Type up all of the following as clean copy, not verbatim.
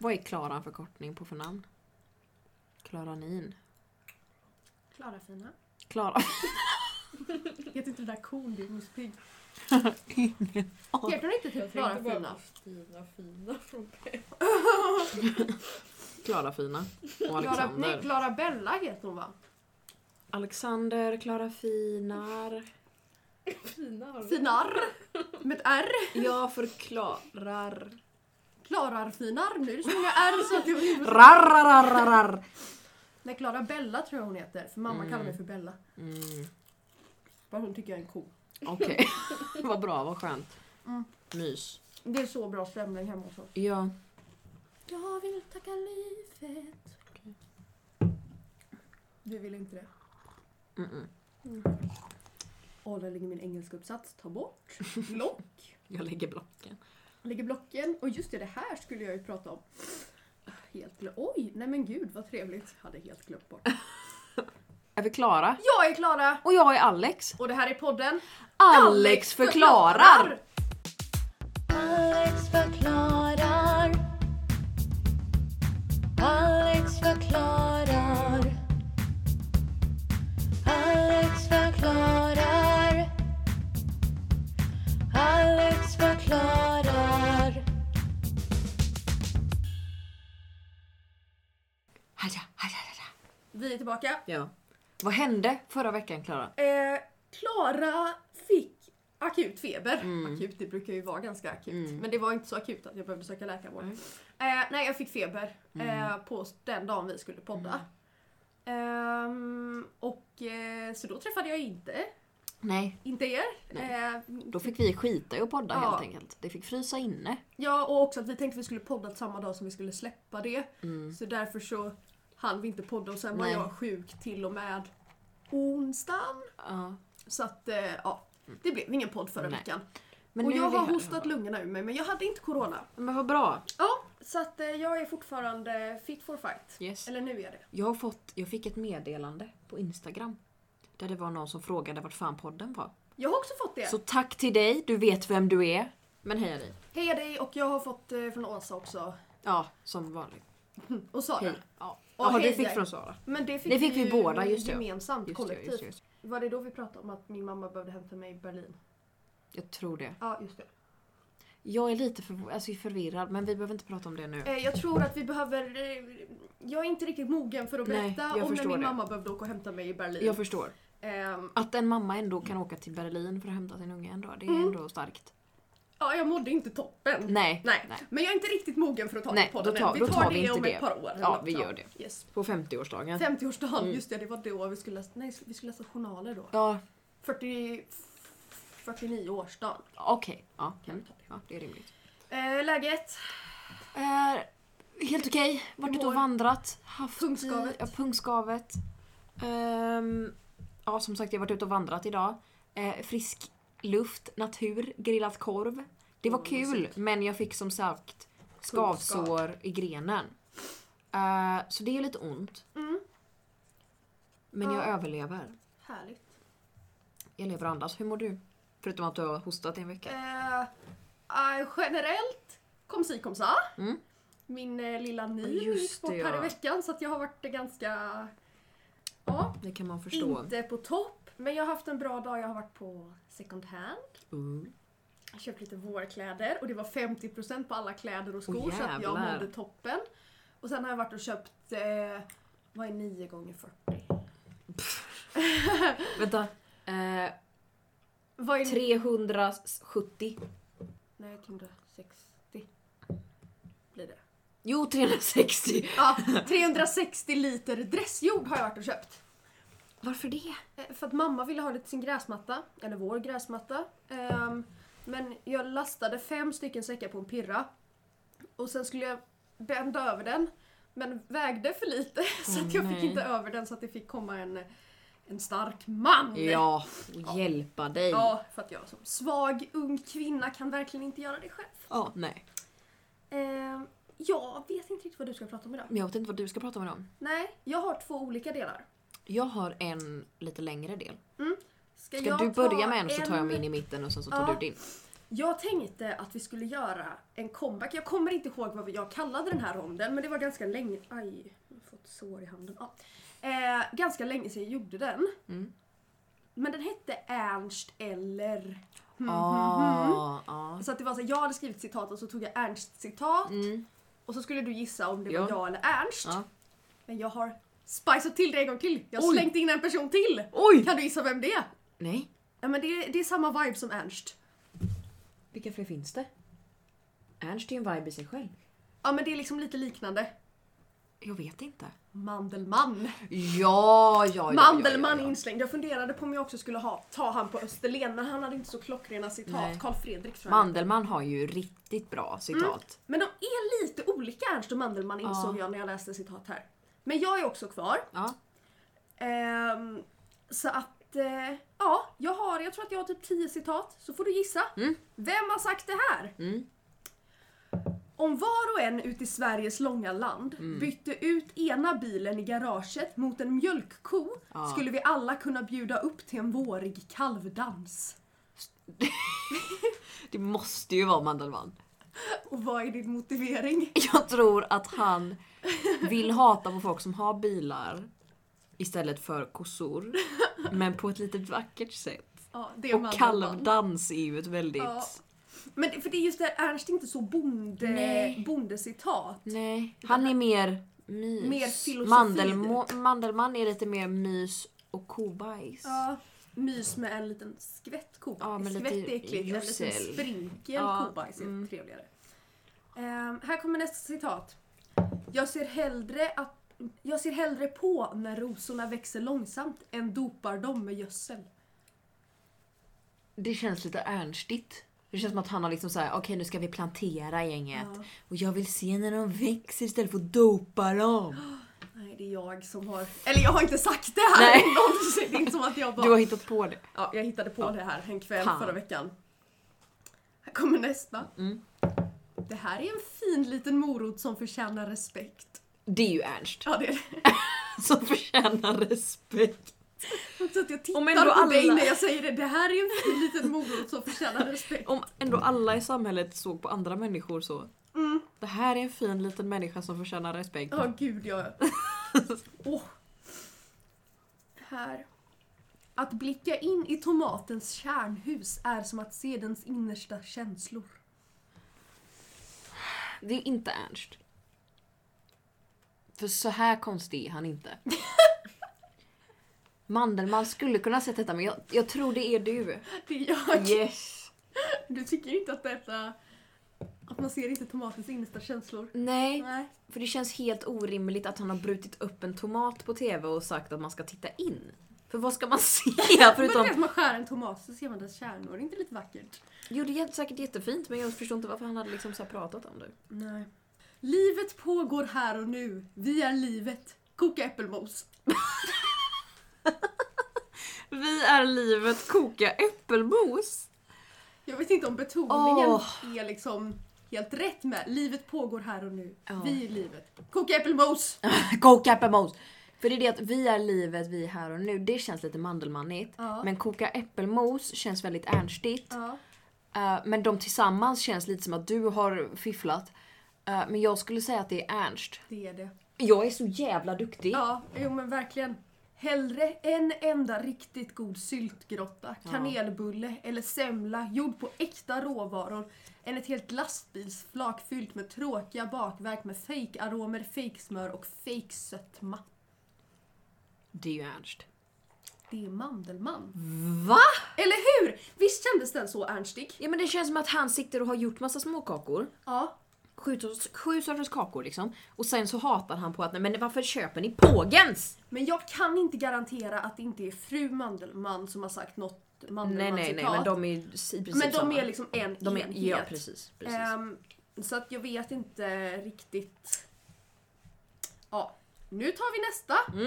Vad är Klara en förkortning på för namn? Klaranin. Klara fina. Klara. Heter inte det där kon, det är muspig. Ingen. Heter hon inte typ Klara fina? Fina från Klara Fina. Och Nej, Alexander. Klara Bella heter hon va? Alexander, Klara Finar. Fina har vi. Finar. Med ett R. Jag förklarar. Klararfinar. Nu är det så många R så att jag vill... Rarrararrar. Nej, Klara Bella tror jag hon heter. För mamma kallar mig för Bella. Bara hon tycker jag är en ko. Okej. Vad bra, vad skönt. Mm. Mys. Det är så bra stämning hemma hos oss. Ja. Jag vill tacka livet. Okej. Du vill inte det? Mm-mm. Åh, där ligger min engelska uppsats. Ta bort. Block. Jag lägger blocken. Lägger blocken. Och just det här skulle jag ju prata om. Helt glömt. Oj, nej men gud vad trevligt. Hade helt glömt bort. Är vi klara? Jag är Klara. Och jag är Alex. Och det här är podden Alex förklarar. Alex förklarar. Alex förklarar. Alex förklarar. Alex förklarar. Haja, haja, haja. Vi är tillbaka. Ja. Vad hände förra veckan, Klara? Klara fick akut feber. Akut, det brukar ju vara ganska akut. Men det var inte så akut att jag behövde söka läkarvård. Nej, jag fick feber på den dagen vi skulle podda. Så då träffade jag inte Nej. er. Då fick vi skita i att podda Ja. helt enkelt. Det fick frysa inne. Ja, och också att vi tänkte att vi skulle podda samma dag som vi skulle släppa det. Så därför så hann vi inte podda och sen var Nej. jag sjuk till och med onsdagen. Ja. Så att, det blev ingen podd förra Nej. veckan. Men Och nu är jag vi har här. hostat lungorna ur mig, men jag hade inte corona. Men vad bra. Ja, så att jag är fortfarande fit for fight. Yes. Eller nu är jag det. Jag fick ett meddelande på Instagram. Där det var någon som frågade vart fan podden var. Jag har också fått det. Så tack till dig, du vet vem du är. Men heja dig. Heja dig, och jag har fått från Åsa också. Ja, som vanligt. Och Sara. Hej. Ja. Och Jaha, du hej fick dig. från Sara. Men det fick vi ju båda, just det. gemensamt, Just det, kollektivt. just det. Var det då vi pratade om att min mamma behövde hämta mig i Berlin? Jag tror det. Ja, just det. Jag är lite förvirrad, men vi behöver inte prata om det nu. Jag tror att vi behöver... jag är inte riktigt mogen för att Nej, berätta jag om när förstår min det. mamma behövde åka och hämta mig i Berlin. Jag förstår. Ehm, Att en mamma ändå kan åka till Berlin för att hämta sin unge ändå, det är ändå starkt. ja, jag mådde inte toppen. Nej. Men jag är inte riktigt mogen för att ta Nej, det på den då än. tar Vi tar vi det inte om det. ett par år. eller Ja, något. vi gör det. Yes. På 50-årsdagen. 50-årsdagen, just det, det var då vi skulle läsa journaler då. Ja, 49-årsdagen. okej. Ja, ja, det är rimligt. Läget? Helt okej. Varit ute och vandrat. Haft Pungskavet. Ja, pungskavet. Ja, som sagt, jag har varit ute och vandrat idag. Frisk luft, natur, grillat korv. Det var kul, men jag fick som sagt skavsår i grenen. Så det är lite ont. Men jag överlever. Härligt. Jag lever och andas. Hur mår du? Förutom att du har hostat i en vecka. Generellt, kom sa. Mm. Min lilla Nil Just gick bort det, här ja. i veckan, så att jag har varit ganska... Ja, Det kan man förstå. inte på topp. Men jag har haft en bra dag. Jag har varit på second hand. Jag köpt lite vårkläder och det var 50% på alla kläder och skor, så att jag jävlar. mådde toppen. Och sen har jag varit och köpt, vad är 9 gånger 40? Vänta. Vad är 370. Nej, 360 blir det. Jo, 360. Ja, 360 liter dressjord har jag varit och köpt. Varför det? För att mamma ville ha lite sin gräsmatta, eller vår gräsmatta. Men jag lastade 5 stycken säckar på en pirra. Och sen skulle jag bända över den, men vägde för lite så att jag fick nej. inte över den, så att det fick komma en stark man. Ja, hjälpa dig. Ja, för att jag som svag ung kvinna kan verkligen inte göra det själv. Ja, nej. Jag vet inte riktigt vad du ska prata om idag. Men jag vet inte vad du ska prata med om. Nej, jag har 2 olika delar. Jag har en lite längre del. Ska Ska jag du börja ta med en så tar jag min i mitten och sen så tar Ja. du din. Jag tänkte att vi skulle göra en comeback. Jag kommer inte ihåg vad jag kallade den här ronden, men det var ganska länge... Aj, jag har fått sår i handen. Ja. Ganska länge sedan jag gjorde den. Men den hette Ernst eller... Så att det var så jag hade skrivit citat och så tog jag Ernst citat. Och så skulle du gissa om det var jag eller Ernst. Ja. Men jag har spicat till det en gång till. Jag har slängt in en person till. Oj. Kan du gissa vem det är? Nej. Ja, men det är samma vibe som Ernst. Vilka fler finns det? Ernst är ju en vibe i sig själv. Ja, men det är liksom lite liknande. Jag vet inte. Mandelmann. Ja. Mandelmann är inslängd. Jag funderade på om jag också skulle ta han på Österlen, men han hade inte så klockrena citat. Nej. Carl Fredrik tror jag. Mandelmann har ju riktigt bra citat. Men de är lite olika, Ernst och Mandelmann, insåg jag när jag läste citat här. Men jag är också kvar. Ja. Så att jag tror att jag har typ 10 citat. Så får du gissa. Vem har sagt det här? Om var och en ut i Sveriges långa land bytte ut ena bilen i garaget mot en mjölkko skulle vi alla kunna bjuda upp till en vårig kalvdans. Det måste ju vara Mandelmann. Och vad är din motivering? Jag tror att han vill hata på folk som har bilar istället för kossor. Men på ett litet vackert sätt. Ja, det är och Mandelmann. Kalvdans är ju ett väldigt... Ja. Men för det är just det, Ernst är inte så bondecitat. Nej, han är mer mys. Mer filosofi. Mandelmann är lite mer mys och kobajs. Ja, mys med en liten skvätt kobajs. Ja, med skvätt lite är äckligt, en liten gödsel. sprinkel kobajs är trevligare. Här kommer nästa citat. Jag ser hellre på när rosorna växer långsamt än dopar dem med gödsel. Det känns lite ernstigt. Det känns som att han har liksom såhär, okej, nu ska vi plantera gänget. Ja. Och jag vill se när de växer istället för att dopa dem. Nej, det är jag som har... Eller jag har inte sagt det här. Nej. Det är inte som att jag bara... Du har hittat på det. Ja, jag hittade på det här en kväll förra veckan. Här kommer nästa. Det här är en fin liten morot som förtjänar respekt. Det är ju Ernst. Ja, det är det. Som förtjänar respekt. Så att jag tittar på dig när jag säger det. Det här är en fin liten morot som förtjänar respekt. Om ändå alla i samhället såg på andra människor så. Det här är en fin liten människa som förtjänar respekt. Ja, gud, ja. Här. Att blicka in i tomatens kärnhus är som att se dens innersta känslor. Det är inte Ernst. För så här konstig är han inte. Mandelmann skulle kunna säga detta, men jag tror det är du. Det är jag. Yes. Du tycker inte att man ser inte tomatens innersta känslor? Nej, för det känns helt orimligt att han har brutit upp en tomat på tv och sagt att man ska titta in. För vad ska man se? Förutom... Men när man skär en tomat så ser man dess kärnor. Det är inte lite vackert? Jo, det är säkert jättefint, men jag förstår inte varför han hade liksom så här pratat om det. Nej. Livet pågår här och nu. Vi är livet. Koka äppelmos. Vi är livet, koka äppelmos. Jag vet inte om betoningen är liksom helt rätt med. Livet pågår här och nu. Vi är livet. Koka äppelmos. Koka äppelmos. För det är det att vi är livet, vi är här och nu. Det känns lite mandelmannigt. Men koka äppelmos känns väldigt ernstigt. Men de tillsammans känns lite som att du har fifflat. Men jag skulle säga att det är Ernst. Det är det. Jag är så jävla duktig. Ja, jo men verkligen. Hellre en enda riktigt god syltgrotta, kanelbulle eller semla gjord på äkta råvaror än ett helt lastbilsflak fyllt med tråkiga bakverk med fake-aromer, fake-smör och fake-sötma. Det är ju Ernst. Det är Mandelmann. Va? Eller hur? Visst kändes den så ernstig? Ja, men det känns som att han sitter och har gjort massa småkakor. Ja. 7 sorters kakor liksom. Och sen så hatar han på att, nej, men varför köper ni pågens? Men jag kan inte garantera att det inte är fru Mandelmann som har sagt något Mandelmann-citat. Nej, men de är i princip men de samma. är liksom en enhet. Ja, precis. Så att jag vet inte riktigt. Ja, nu tar vi nästa.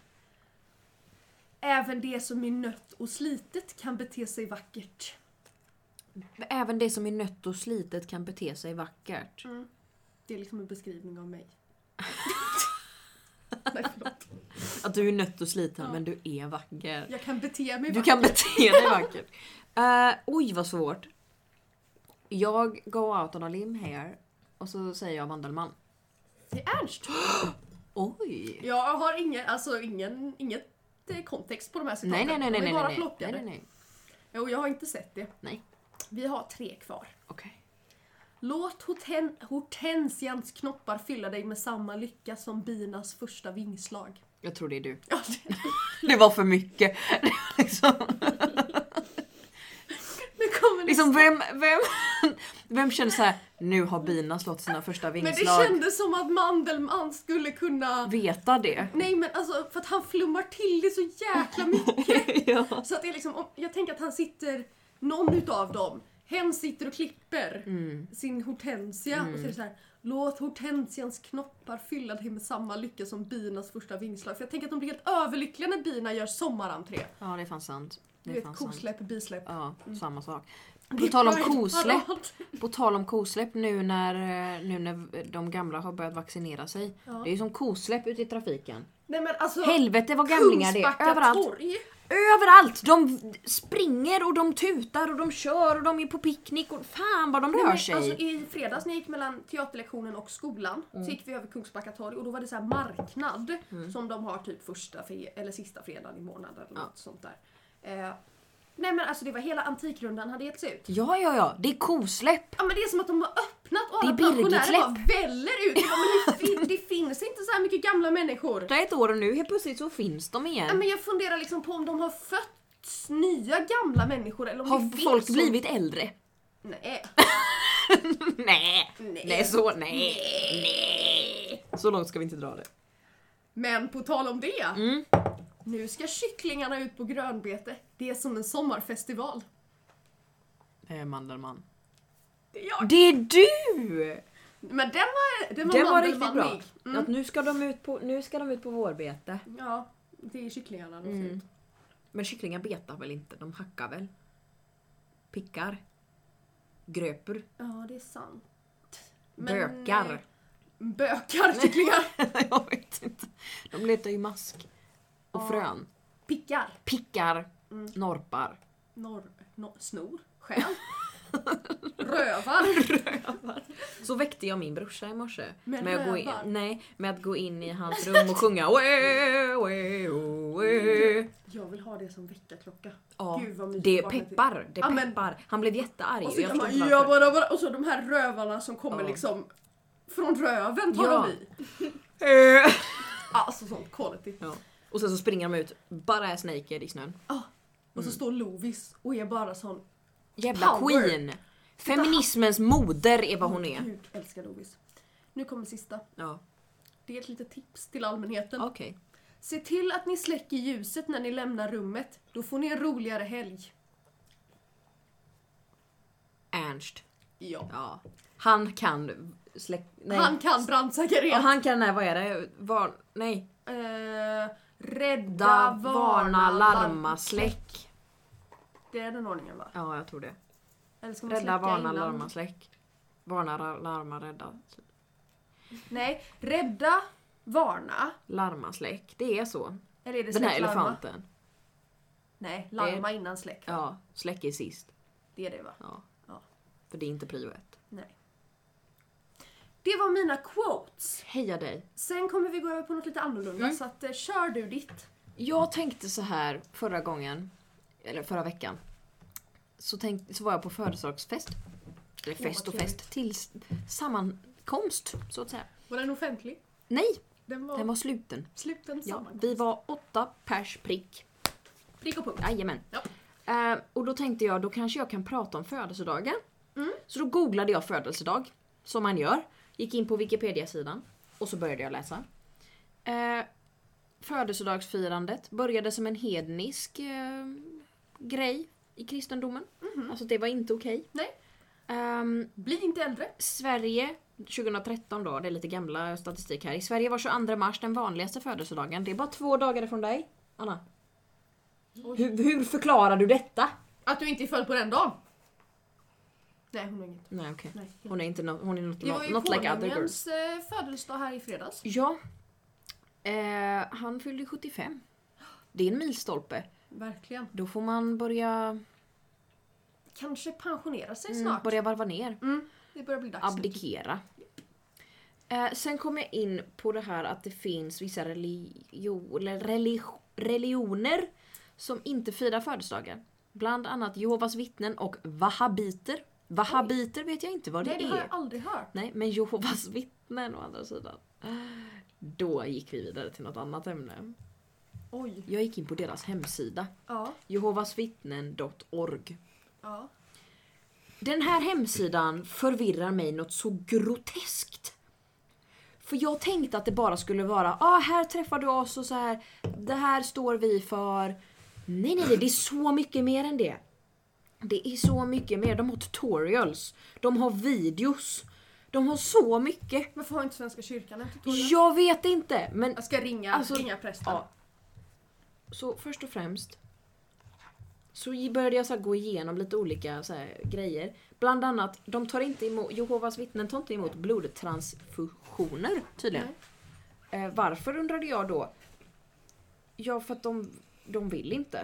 Även det som är nött och slitet kan bete sig vackert. Även det som är nött och slitet kan bete sig vackert. Det är liksom en beskrivning av mig. Nej, förlåt. Att du är nött och sliten, men du är vacker. Jag kan bete mig vackert. Du kan bete dig vackert. Oj, vad svårt. Jag go out on a limb here. Och så säger jag Mandelmann. Det är Ernst. Oj! Jag har inget kontext på de här citaten. De är bara plockade. nej. Jo, jag har inte sett det. Nej. Vi har 3 kvar. Okej. Låt hortensians knoppar fylla dig med samma lycka som binas första vingslag. Jag tror det är du. Ja, Det var för mycket. liksom, nu kommer liksom vem känner så här? Nu har bina slått sina första Men vingslag. det kändes som att Mandelmann skulle kunna... Veta det. Nej, men alltså för att han flummar till det så jäkla mycket. Ja. Så att det är liksom, jag tänker att han sitter, någon utav dem, hen sitter och klipper sin hortensia och så är det så här: låt hortensians knoppar fylla dig med samma lycka som binas första vingslag. För jag tänker att de blir helt överlyckliga när bina gör sommarentré. Ja, det är fan sant. Du vet, kosläpp, bisläpp. Ja, samma sak. Det På är tal om Pride kosläpp. parad. På tal om kosläpp nu när de gamla har börjat vaccinera sig. Ja. Det är ju som kosläpp ute i trafiken. Nej men alltså, Helvete vad gamlingar det är. Kungsbacka Överallt. torg. Överallt! De springer och de tutar och de kör och de är på picknick och fan vad de Nej, rör men, sig. alltså, i fredags när jag gick mellan teaterlektionen och skolan så gick vi över Kungsbacka torg och då var det så här marknad som de har typ första eller sista fredagen i månaden eller något sånt där. Nej men alltså det var hela Antikrundan hade getts ut. Ja. Det är kosläpp. Ja men det är som att de har öppnat och Det är alla pensionärer Birgit-släpp. bara väller ut. Jag bara, men det finns inte så här mycket gamla människor. Det är ett år och nu helt plötsligt så finns de Ja, igen. men jag funderar liksom på om de har fötts nya gamla människor eller om det Har finns folk som... blivit äldre? Nej. Nej. Så långt ska vi inte dra det. Men på tal om det. Nu ska kycklingarna ut på grönbete. Det är som en sommarfestival. Mandelmann. Det är jag. Det är du! Men den var Det var riktigt bra. mandelmannig. Att nu ska de ut på vårbete. Ja, det är kycklingarna. De ser ut. Men kycklingar betar väl inte? De hackar väl? Pickar? Gröper? Ja, det är sant. Bökar? Bökar kycklingar. Jag vet inte. De letar ju mask. Och frön. Pickar. Pickar. Norpar. Snor. Stjäl. Rövar. Så väckte jag min brorsa i morse. Med med att gå in i hans rum och sjunga. Oe, oe, oe. Jag vill ha det som väckarklocka. Ja, Gud, vad mysigt det att vakna till. peppar. Det Ja, men- peppar. Han blev jättearg. Och så jag kan förstår man inte varför. bara, och så de här rövarna som kommer Ja. liksom från röven tar Ja. de i. Alltså sånt quality. Ja. Och sen så springer de ut bara naked i snön. Och så står Lovis och är bara sån. Jävla Power. queen. Feminismens moder är vad hon är. Gud, älskar Lovis. Nu kommer sista. Ja, Det är ett litet tips till allmänheten. okej. Se till att ni släcker ljuset när ni lämnar rummet. Då får ni en roligare helg. Ernst. Ja. Ja. Han kan Han kan brandsäkerhet. Ja, han kan, vad är det? Nej. Rädda, Varna, larma, släck. Det är den ordningen va? Ja, jag tror det. Eller ska man Rädda, släcka varna, innan? larma, släck. Varna, larma, rädda. Nej, rädda, varna. Larma, släck. Det är så. Eller är det Den här släck, larma? elefanten. Nej, larma innan släck. Ja, släck är sist. Det är det va? Ja. Ja. För det är inte prio 1. Nej. Det var mina quotes. Heja dig. Sen kommer vi gå över på något lite annorlunda så att kör du ditt. Jag tänkte så här förra veckan. Så var jag på födelsedagsfest. Eller fest och fest. Till sammankomst, så att säga. Var den offentlig? Nej, Den den var sluten. sluten Ja, sammankomst. vi var 8 pers prick. Prick och punkt. Jajamän. Ja. Och då tänkte jag, då kanske jag kan prata om födelsedagar. Så då googlade jag födelsedag, som man gör. Gick in på Wikipedia-sidan och så började jag läsa. Födelsedagsfirandet började som en hednisk grej i kristendomen. Alltså det var inte okej. Nej. Bli inte äldre. Sverige 2013 då, det är lite gamla statistik här. I Sverige var 22 mars den vanligaste födelsedagen. Det är bara 2 dagar ifrån dig, Anna. Hur förklarar du detta? Att du inte är född på den dagen? Nej, hon har inget. Nej, okej. Nej. Hon är inte hon är Det var ju not like other girls. konungens födelsedag här i fredags. Ja. Han fyllde 75. Det är en milstolpe. Verkligen. Då får man börja kanske pensionera sig snart. Börja varva ner. Det börjar bli dags. Abdikera. Sen kom jag in på det här att det finns vissa religioner som inte firar födelsedagar. Bland annat Jehovas vittnen och wahhabiter. Wahhabiter vet jag inte vad det är. Nej, det har jag aldrig hört. Nej, men Jehovas vittnen å andra sidan. Då gick vi vidare till något annat ämne. Oj. Jag gick in på deras hemsida. Ja. Jehovasvittnen.org. Ja. Den här hemsidan förvirrar mig något så groteskt. För jag tänkte att det bara skulle vara här träffar du oss och så här. Det här står vi för. Nej, det är så mycket mer än det. Det är så mycket mer. De har tutorials. De har videos. De har så mycket. Varför har inte Svenska kyrkan en tutorial? Jag vet inte. Men Jag ska ringa prästen. Ja. Så först och främst så började jag så här gå igenom lite olika så här grejer. Bland annat, de tar inte emot, Jehovas vittnen tar inte emot blodtransfusioner tydligen. Varför undrade jag då? Ja, för att de vill inte.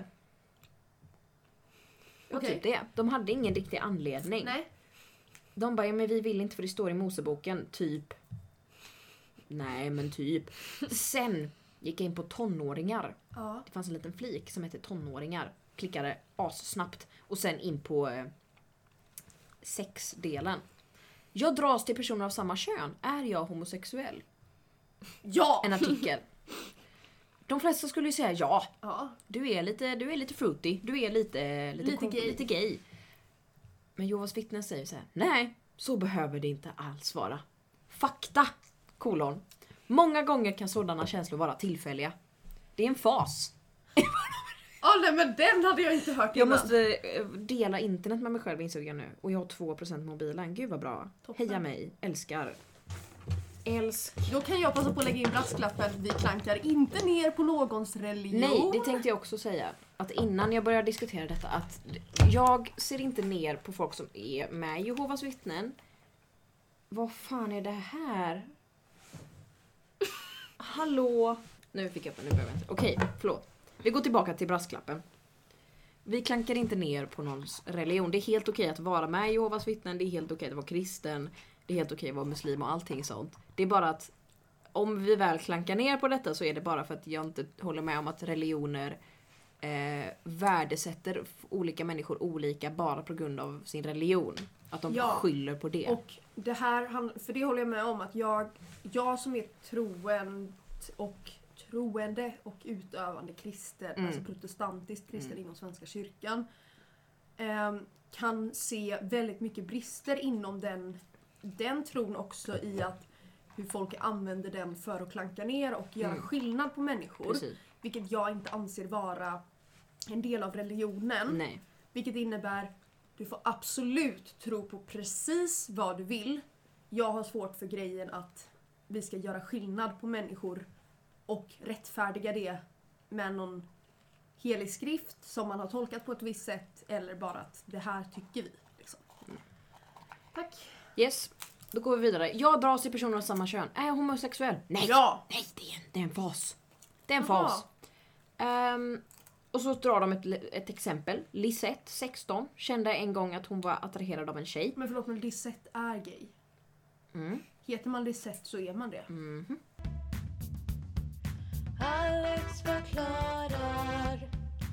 Och Okej. typ det. De hade ingen riktig anledning. Nej. De bara, men vi vill inte för det står i Moseboken. Typ. Nej, men typ. Sen gick jag in på tonåringar. Ja. Det fanns en liten flik som hette tonåringar. Klickade snabbt och sen in på sexdelen. Jag dras till personer av samma kön. Är jag homosexuell? Ja! En artikel. De flesta skulle ju säga ja. Ja. Du är lite fruity. Du är lite gay. Men Jehovas vittnen säger så här: nej, så behöver det inte alls vara. Fakta, : Många gånger kan sådana känslor vara tillfälliga. Det är en fas. Nej, men den hade jag inte hört Jag innan. måste dela internet med mig själv, insåg jag nu. Och jag har 2% mobilen. Gud vad bra. Toppen. Heja mig. Älskar. Då kan jag passa på att lägga in brasklappen. Vi klankar inte ner på någons religion. Nej, det tänkte jag också säga. Att innan jag börjar diskutera detta, att jag ser inte ner på folk som är med Jehovas vittnen. Vad fan är det här? Hallå? Nu fick jag upp den, nu behöver jag inte. Okej, förlåt. Vi går tillbaka till brasklappen. Vi klankar inte ner på någons religion. Det är helt okej att vara med i Jehovas vittnen. Det är helt okej att vara kristen. Det är helt okej att vara muslim och allting sånt. Det är bara att om vi väl klankar ner på detta så är det bara för att jag inte håller med om att religioner värdesätter olika människor olika bara på grund av sin religion. Att de skyller på det. Och det här, för det håller jag med om, att jag som är troende och utövande kristen, alltså protestantisk kristen inom Svenska kyrkan, kan se väldigt mycket brister inom den tron också, i att hur folk använder den för att klanka ner och göra skillnad på människor. Precis. Vilket jag inte anser vara en del av religionen. Nej. Vilket innebär, du får absolut tro på precis vad du vill. Jag har svårt för grejen att vi ska göra skillnad på människor och rättfärdiga det med någon helig skrift som man har tolkat på ett visst sätt, eller bara att det här tycker vi. Liksom. Tack. Yes, då går vi vidare. Jag dras till personer av samma kön. Är jag homosexuell? Nej, Ja. nej, det är en fas. Det är en Jaha. fas. Och så drar de ett exempel. Lisette, 16, kände en gång att hon var attraherad av en tjej. Men förlåt, men Lisette är gay. Heter man Lisette så är man det. Alex förklarar.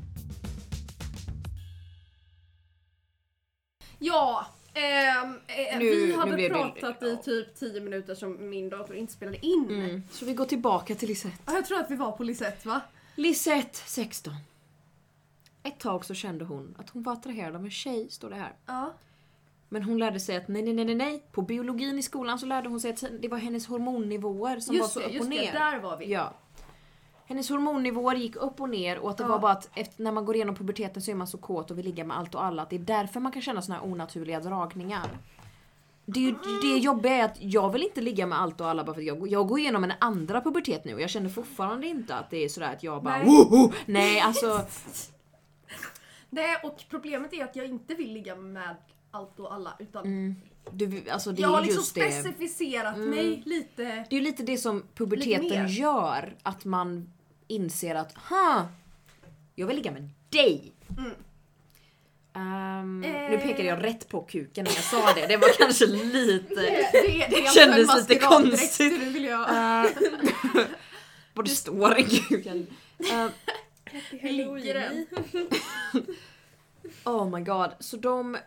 Ja, vi nu hade blev det- pratat i typ 10 minuter som min dator inte spelade in. Så vi går tillbaka till Lisette. Ja, jag tror att vi var på Lisette, va? Lisette, 16. Ett tag så kände hon att hon var attraherad av en tjej, står det här. Ja. Men hon lärde sig att nej. På biologin i skolan så lärde hon sig att det var hennes hormonnivåer som var så upp och ner. där var vi. Ja. Hennes hormonnivåer gick upp och ner och att det var bara att när man går igenom puberteten så är man så kåt och vill ligga med allt och alla. Att det är därför man kan känna såna här onaturliga dragningar. Det är ju det jobbiga är att jag vill inte ligga med allt och alla bara för att jag går igenom en andra pubertet nu och jag känner fortfarande inte att det är sådär att jag bara nej alltså. Nej, och problemet är att jag inte vill ligga med allt och alla, utan Alltså det jag har är liksom just det. specificerat mig lite. Det är ju lite det som Lite puberteten mer. gör. Att man inser att jag vill ligga med dig. Nu pekade jag rätt på kuken när jag sa det. Det var kanske lite... Det kändes lite konstigt. Det vill jag. Vad det står i kuken. Hur ligger den? Oh my god. Så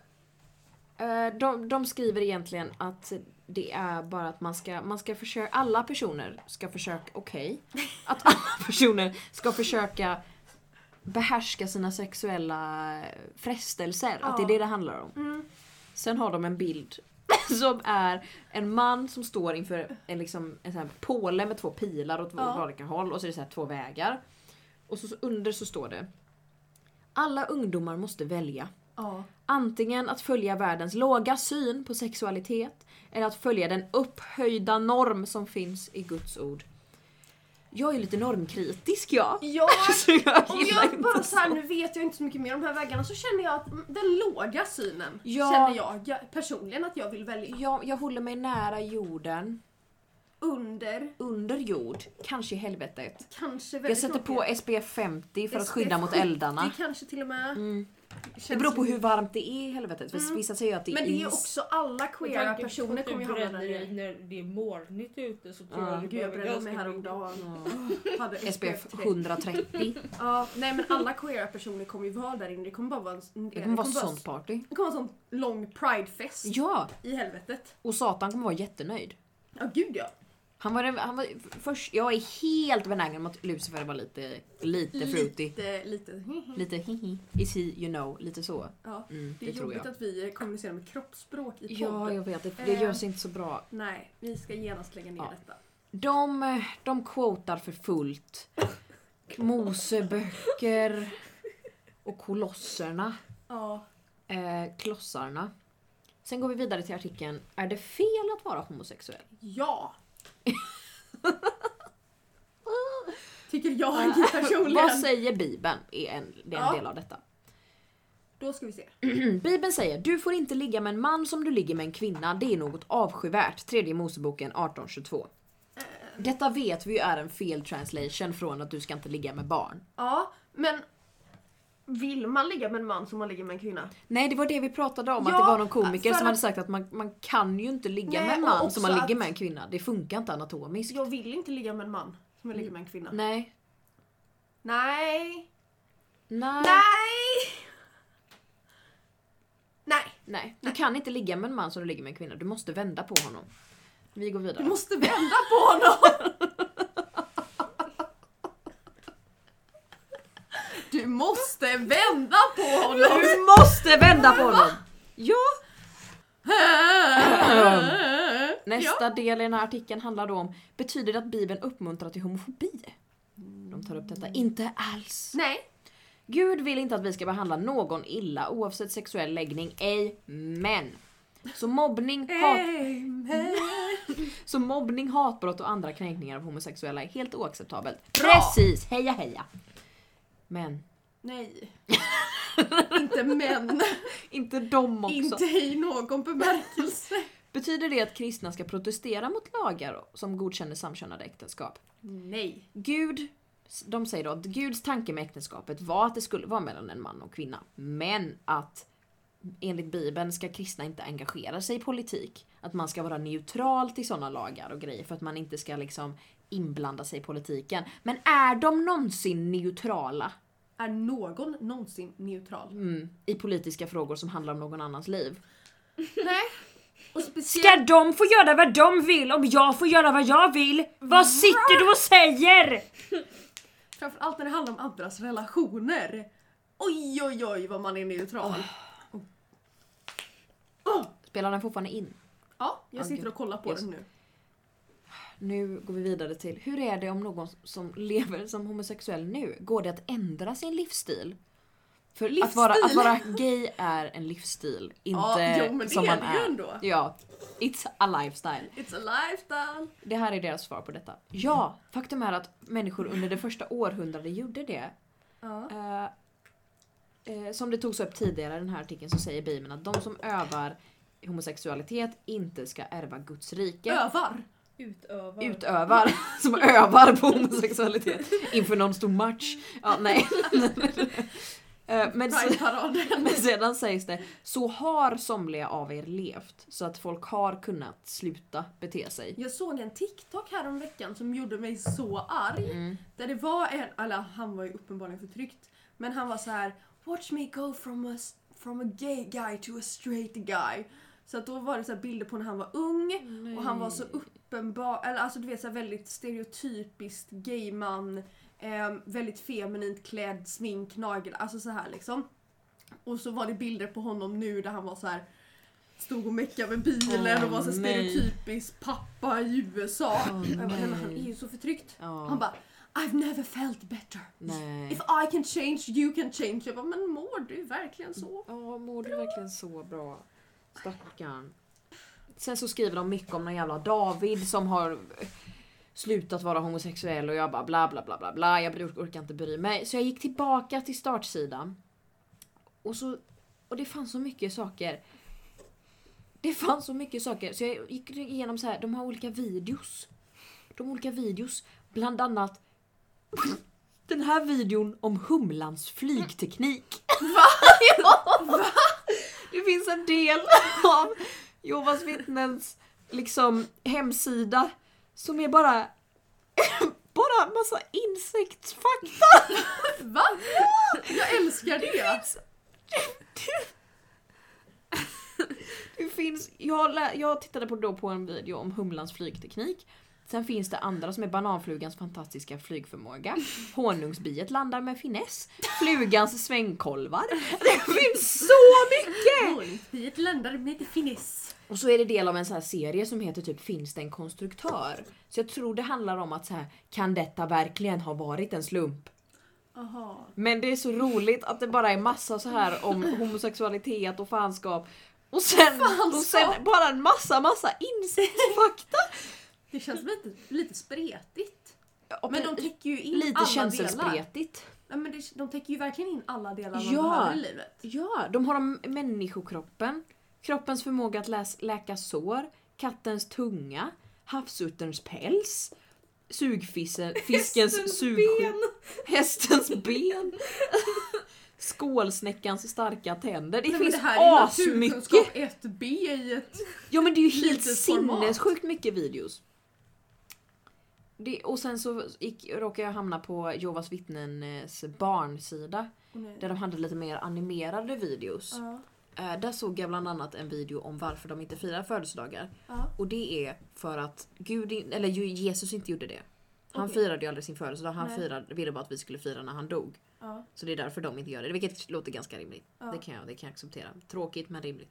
de skriver egentligen att det är bara att man ska försöka, alla personer ska försöka, att alla personer ska försöka behärska sina sexuella frestelser. Att det är det handlar om. Sen har de en bild som är en man som står inför en sån här påle med 2 pilar åt olika håll. Och så är det så här 2 vägar. Och så under så står det: alla ungdomar måste välja. Antingen att följa världens låga syn på sexualitet eller att följa den upphöjda norm som finns i Guds ord. Jag är lite normkritisk, Ja, så jag om gillar jag bara inte så här, nu vet jag inte så mycket mer om de här vägarna, så känner jag att den låga synen känner jag personligen att jag vill välja. Jag håller mig nära jorden. Under jord, kanske i helvetet. Kanske jag sätter på SPF 50 för att skydda mot eldarna. Det kanske till och med. Det beror på hur varmt det är i helvetet. För vissa säger att det är men det är is. också alla queera personer kommer ju hamna där. När det är molnigt ute så tror jag Gud, jag brände mig häromdagen. Hade SPF 130. Ja, nej men alla queera personer kommer ju vara där inne. Det kommer bara vara ett sånt party. Det kommer vara en sån lång pridefest. Ja. I helvetet. Och Satan kommer vara jättenöjd. Ja, gud ja. Han var först, jag är helt benägen om att Lucifer var lite fruity. Lite hihi. Is he, you know, lite så. Ja, det är tror jobbigt jag. Att vi kommunicerar med kroppsspråk i podden. Ja, jag vet. Det gör sig inte så bra. Nej, vi ska genast lägga ner detta. De quotar för fullt Moseböcker och kolosserna. Ja. Klossarna. Sen går vi vidare till artikeln: är det fel att vara homosexuell? Ja. Tycker jag personligen. Vad säger Bibeln? Det är en del av detta. Då ska vi se. Bibeln säger: du får inte ligga med en man som du ligger med en kvinna. Det är något avskyvärt. 3 Moseboken 18:22. Detta vet vi ju är en fel translation från att du ska inte ligga med barn. Ja, men vill man ligga med en man som man ligger med en kvinna? Nej, det var det vi pratade om. Att det var någon komiker som hade sagt att man kan ju inte ligga med en man som man ligger med en kvinna. Det funkar inte anatomiskt. Jag vill inte ligga med en man som jag ligger med en kvinna. Nej. Nej. Nej. Nej. Nej. Nej. Du kan inte ligga med en man som du ligger med en kvinna. Du måste vända på honom. Vi går vidare. Du måste vända på honom. Du måste vända på honom. Du måste vända på honom. Ja. Nästa del i den här artikeln handlar då om: betyder det att Bibeln uppmuntrar till homofobi? De tar upp detta. Inte alls. Nej. Gud vill inte att vi ska behandla någon illa oavsett sexuell läggning. Amen. Så mobbning, hatbrott och andra kränkningar av homosexuella är helt oacceptabelt. Precis, heja heja. Men nej. Inte män. inte de också. Inte i någon bemärkelse. Betyder det att kristna ska protestera mot lagar som godkänner samkönade äktenskap? Nej. De säger då att Guds tanke med äktenskapet var att det skulle vara mellan en man och kvinna. Men att enligt Bibeln ska kristna inte engagera sig i politik. Att man ska vara neutral till sådana lagar och grejer för att man inte ska inblanda sig i politiken. Men är de någonsin neutrala? Är någon någonsin neutral? I politiska frågor som handlar om någon annans liv. Nej. Och ska de få göra vad de vill om jag får göra vad jag vill? Vad sitter du och säger? Framförallt när det handlar om andras relationer. Oj vad man är neutral. Spelar den fortfarande in? Ja, jag sitter och kollar på den nu. Nu går vi vidare till: hur är det om någon som lever som homosexuell nu? Går det att ändra sin livsstil? För att vara gay är en livsstil. Inte men det som man är. Ändå. Ja, it's a lifestyle. It's a lifestyle. Det här är deras svar på detta. Ja, faktum är att människor under det första århundradet gjorde det. Ja. Som det togs upp tidigare i den här artikeln så säger Bibeln att de som övar homosexualitet inte ska ärva Guds rike. Utövar. Som övar på homosexualitet inför någon stor match. Ja, nej. Men sedan sägs det, så har somliga av er levt så att folk har kunnat sluta bete sig. Jag såg en TikTok här om veckan som gjorde mig så arg. Där det var han var ju uppenbarligen förtryckt. Men han var så här: watch me go from a gay guy to a straight guy. Så att då var det så här bilder på när han var ung. Och han var så uppenbar, eller alltså du vet så här väldigt stereotypiskt gayman. Väldigt feminint klädd, smink, nagel, alltså så här liksom. Och så var det bilder på honom nu där han var så här, stod och meckade med bilen och var så stereotypisk pappa i USA. Men han är ju så förtryckt. Han bara, I've never felt better. Nej. If I can change, you can change. Jag bara, men mår du verkligen så? Ja, mår du verkligen så bra? Stackarn. Sen så skriver de mycket om någon jävla David som har slutat vara homosexuell och jag bara bla bla bla bla bla. Jag orkar inte bry mig. Så jag gick tillbaka till startsidan. Och det fanns så mycket saker. Så jag gick igenom så här, de har olika videos. Bland annat den här videon om humlans flygteknik. Va? Det finns en del av Jehovas vittnens liksom hemsida som är bara massa insektsfakta. Va? Jag älskar det. Det finns, jag tittade på en video om humlans flygteknik. Sen finns det andra som är bananflugans fantastiska flygförmåga. Honungsbiet landar med finess. Flugans svängkolvar. Det finns så mycket! Honungsbiet landar med finess. Och så är det del av en så här serie som heter typ Finns det en konstruktör? Så jag tror det handlar om att så här, kan detta verkligen ha varit en slump? Aha. Men det är så roligt att det bara är massa så här om homosexualitet och fanskap. Och sen bara en massa insektsfakta. Det känns lite spretigt. Ja, men de täcker ju in lite alla känselspretigt. Ja, men de täcker ju verkligen in alla delar man behöver i livet. Ja, de har människokroppen, kroppens förmåga att läka sår, kattens tunga, havsutterns päls, fiskens sugsken, hästens ben, skålsnäckans starka tänder. Det finns asmycket. 1B i ett. Ja, men det är ju helt sinnessjukt mycket videos. Och sen så råkade jag hamna på Jehovas vittnens barnsida. Där de hade lite mer animerade videos. Där såg jag bland annat en video om varför de inte firar födelsedagar. Och det är för att Jesus inte gjorde det. Han firade ju aldrig sin födelsedag. Han ville bara att vi skulle fira när han dog. Så det är därför de inte gör det. Vilket låter ganska rimligt. Det kan jag acceptera. Tråkigt men rimligt.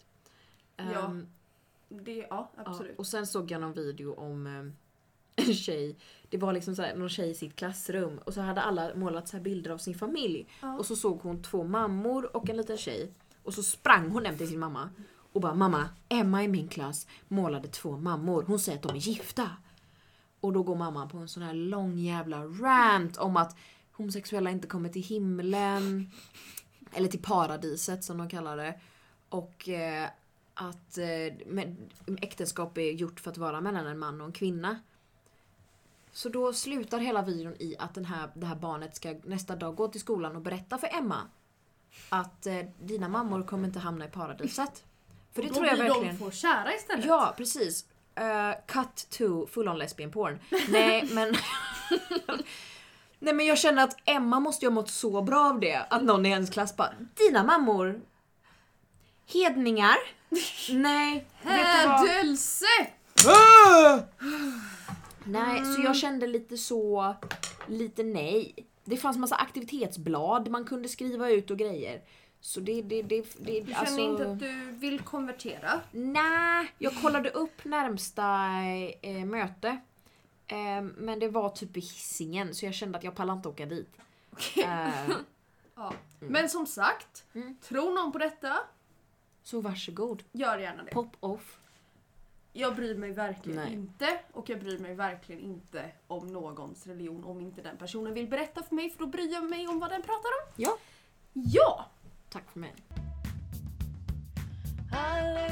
Absolut. Och sen såg jag någon video om en tjej. Det var liksom så här, någon tjej i sitt klassrum. Och så hade alla målat så här bilder av sin familj. Och så såg hon 2 mammor och en liten tjej. Och så sprang hon hem till sin mamma. Och bara, mamma, Emma i min klass målade 2 mammor. Hon säger att de är gifta. Och då går mamman på en sån här lång jävla rant om att homosexuella inte kommer till himlen. Eller till paradiset som de kallar det. Och att äktenskap är gjort för att vara mellan en man och en kvinna. Så då slutar hela videon i att det här barnet ska nästa dag gå till skolan och berätta för Emma att dina mammor kommer inte hamna i paradiset. För det då tror jag blir verkligen. De får kära istället. Ja, precis. Cut to full on lesbian porn. Nej, men jag känner att Emma måste ju ha mått så bra av det. Att någon i hennes klass bara, dina mammor hedningar. Nej, hädelse. Nej, så jag kände lite nej. Det fanns massa aktivitetsblad man kunde skriva ut och grejer. Så det du känner inte att du vill konvertera? Nej, jag kollade upp närmsta möte. Men det var typ i Hisingen. Så jag kände att jag pallar inte åka dit. Ja. Men som sagt, tror någon på detta? Så varsågod. Gör gärna det. Pop off. Jag bryr mig verkligen inte. Och jag bryr mig verkligen inte om någons religion. Om inte den personen vill berätta för mig. För då bryr jag mig om vad den pratar om. Ja. Tack för mig. Alex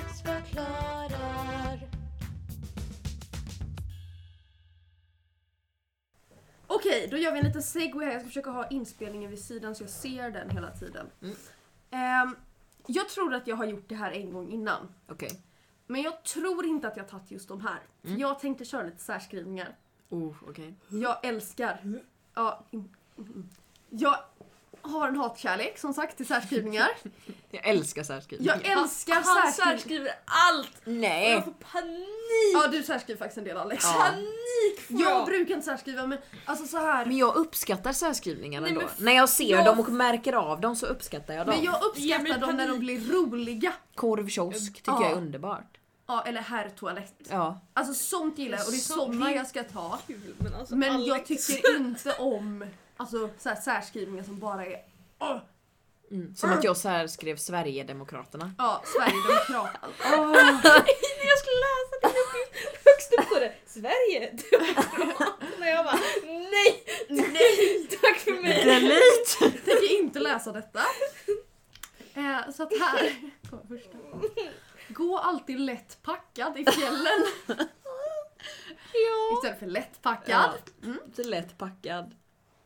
förklarar. Okej, då gör vi en liten segway här. Jag ska försöka ha inspelningen vid sidan så jag ser den hela tiden. Jag tror att jag har gjort det här en gång innan. Okej. Men jag tror inte att jag tagit just de här. För jag tänkte köra lite särskrivningar. Okej. Jag älskar... Ja, jag har en hatkärlek som sagt till särskrivningar. Jag älskar särskrivningar. Jag älskar Han särskrivningar. särskriver allt! Och Nej! jag får panik! Ja, du särskriver faktiskt en del, Alex. Ja. Panik får Jag brukar inte särskriva, men alltså så här. Men jag uppskattar särskrivningarna Nej, ändå. men När jag ser jag- dem och märker av dem så uppskattar jag dem. Men jag Ge mig uppskattar dem när de panik. blir roliga. Korvkiosk tycker Ja. jag är underbart. Ja, eller herrtoalett. Ja. Alltså sånt gillar jag och det är såna jag ska ta. Kul, men alltså, Men Alex. jag tycker inte om alltså, så här, särskrivningar som bara är Som att jag skrev Sverigedemokraterna. ja, Sverigedemokrat. När jag skulle läsa det högst upp på det. Sverige! När jag bara nej, tack för mig. Delete! Tänker inte läsa detta. Så att här kommer första. Gå alltid lätt packad i fjällen istället för lättpackad. Så lätt packad.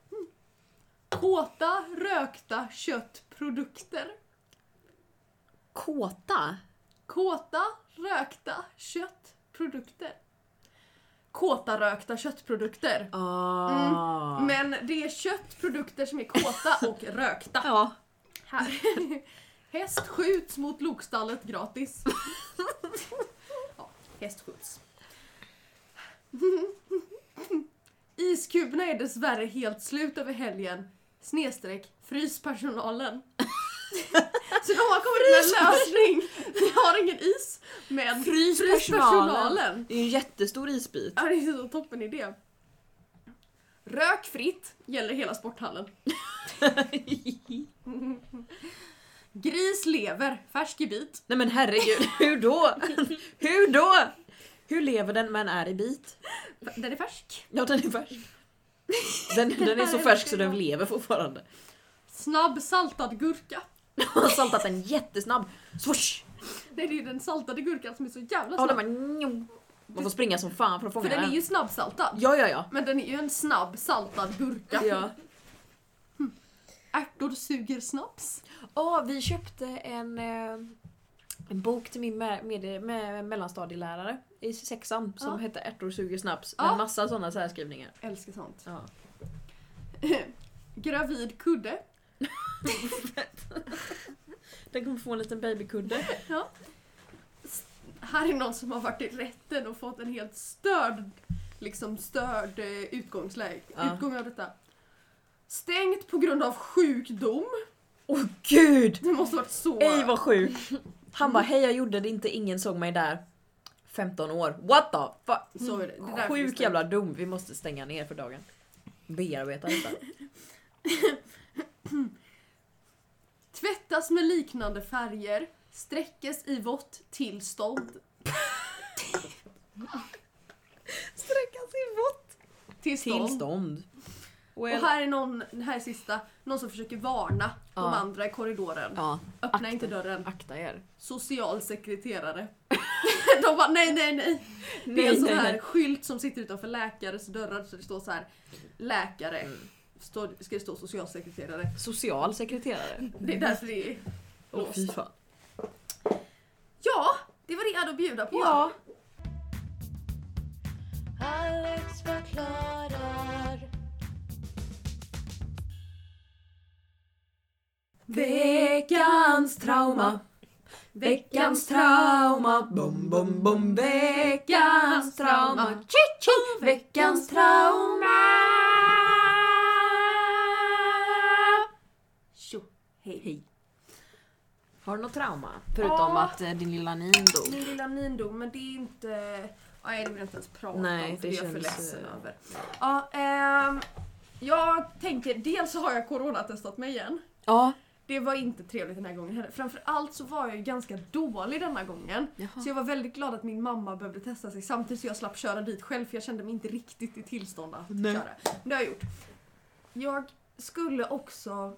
Kåta rökta köttprodukter. Kåta? Kåta rökta köttprodukter. Kåta rökta köttprodukter. Men det är köttprodukter som är kåta och rökta. Ja. Här. Häst skjuts mot lokstallet gratis. Ja, häst skjuts. Iskuberna är dessvärre helt slut över helgen. / fryspersonalen. Så de har kommit med en lösning. Vi har ingen is, men fryspersonalen. Det är en jättestor isbit. Ja, det är så toppen idé. Rökfritt gäller hela sporthallen. Gris lever, färsk i bit. Nej men herregud, hur då? Hur då? Hur lever den men är i bit? Den är färsk. Ja, den är färsk. Den är så färsk så den lever fortfarande. Snabb saltad gurka. Jag har saltat den jättesnabb. Swoosh! Det är ju den saltade gurkan som är så jävla Ja, snabb. man får springa som fan för att För fånga den är den. ju snabbsaltad. Ja. Men den är ju en snabb saltad gurka. Ja. Ärtor suger snaps. Vi köpte en bok till min med mellanstadielärare i 6:an som hette Ärtor suger snaps. Med Ja. massa sådana särskrivningar. Älskar sånt. Ja. Gravid kudde. Den kommer få en liten babykudde. Ja. Här är någon som har varit i rätten och fått en helt störd utgångsläge. Ja. Utgång av detta. Stängt på grund av sjukdom. Åh gud! Det måste ha varit så... Ej vad sjuk. Han bara, hej jag gjorde det inte, ingen såg mig där. 15 år. What the fuck? Så är det. Det är därför det Sjuk stängt. jävla dum. Vi måste stänga ner för dagen. Bearbeta detta. Tvättas med liknande färger. Sträckes i vått tillstånd. Sträckas i vått. Tillstånd. Well. Och här är någon, här är sista, någon som försöker varna de Ja. andra i korridoren. Ja, Öppna inte dörren. akta er. Socialsekreterare. De bara nej. Det är en sån här skylt som sitter utanför läkares dörrar så det står så här läkare. Ska det stå socialsekreterare. Socialsekreterare. Det är därför det är Åh låst. fy fan. Ja, det var det jag hade att bjuda på. Ja. Alex förklarar. Veckans trauma. Veckans trauma. Bom bom bom. Veckans trauma. Chi-chi. Veckans trauma. Tjo, hej. Hej. Har du något trauma? Förutom Ja. att din lilla Nin dog. Min lilla Nin dog, men det är inte... Nej, det vill jag inte ens prata Nej, om, för det det är jag för känns, ledsen över. Ja, jag tänker, dels så har jag coronatestat mig igen. Ja. Det var inte trevligt den här gången heller. Framförallt så var jag ju ganska dålig denna gången. Jaha. Så jag var väldigt glad att min mamma behövde testa sig samtidigt så jag slapp köra dit själv för jag kände mig inte riktigt i tillstånd att Nej. köra. Men det har jag gjort. Jag skulle också...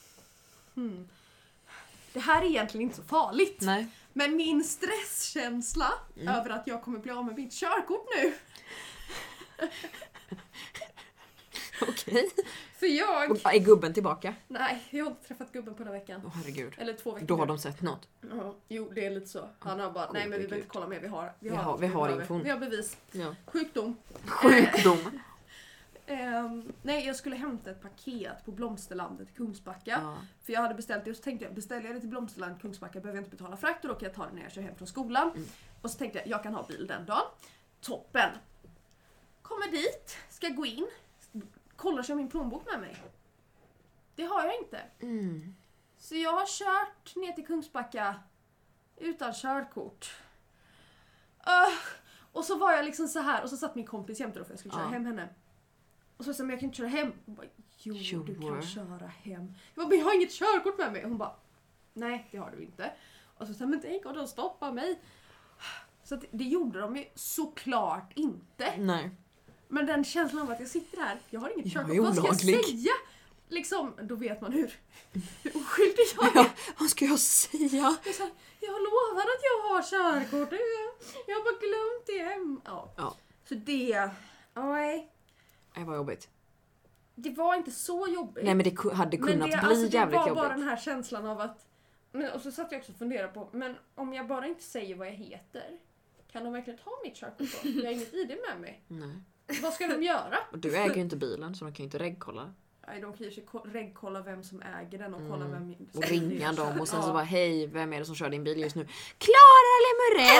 Det här är egentligen inte så farligt. Nej. Men min stresskänsla över att jag kommer bli av med mitt körkort nu. Okej. För jag... Och är gubben tillbaka? Nej, jag har inte träffat gubben på den veckan. Åh herregud. Eller 2 veckor. Då har de sett något. Ja, jo, det är lite så. Han har bara, nej men vi behöver inte kolla mer, vi har infon. Vi har bevis. Ja. Sjukdom. Sjukdom. Nej, jag skulle hämta ett paket på Blomsterlandet i Kungsbacka. Ja. För jag hade beställt det och så tänkte jag, beställer jag det till Blomsterlandet i Kungsbacka behöver jag inte betala frakt och då kan jag ta det när jag kör hem från skolan. Och så tänkte jag kan ha bil den dagen. Toppen! Kommer dit, ska gå in, kollar så jag har min plånbok med mig. Det har jag inte. Så jag har kört ner till Kungsbacka utan körkort. Och så var jag liksom så här och så satt min kompis jämte då för jag skulle köra hem henne. Och så sa jag, men jag kan inte köra hem. Hon bara, jo du kan köra hem. Jag bara, men jag har inget körkort med mig. Och hon bara, nej det har du inte. Och så sa jag, men tänk om de stoppar mig. Så att det gjorde de ju såklart inte. Nej. Men den känslan av att jag sitter här, jag har inget körkort. är Vad ska jag olaglig. säga? Liksom, då vet man hur oskyldig jag är. Ja, vad ska jag säga? Jag lovar att jag har körkort. Jag har bara glömt det hem. Ja. Så det, nej. Det var jobbigt. Det var inte så jobbigt. Nej men det hade kunnat det, bli alltså, det jävligt var jobbigt. bara den här känslan av att... Men, och så satt jag också och funderade på, men om jag bara inte säger vad jag heter, kan de verkligen ta mitt körkort då? Jag har inget ID med mig. Nej. Vad ska de göra? Och du äger ju inte bilen så de kan ju inte reggkolla. Nej, de kan ju reggkolla vem som äger den och kolla vem... Och ringa dem och sen så Ja. bara hej, vem är det som kör din bil just nu? Klara Lemurell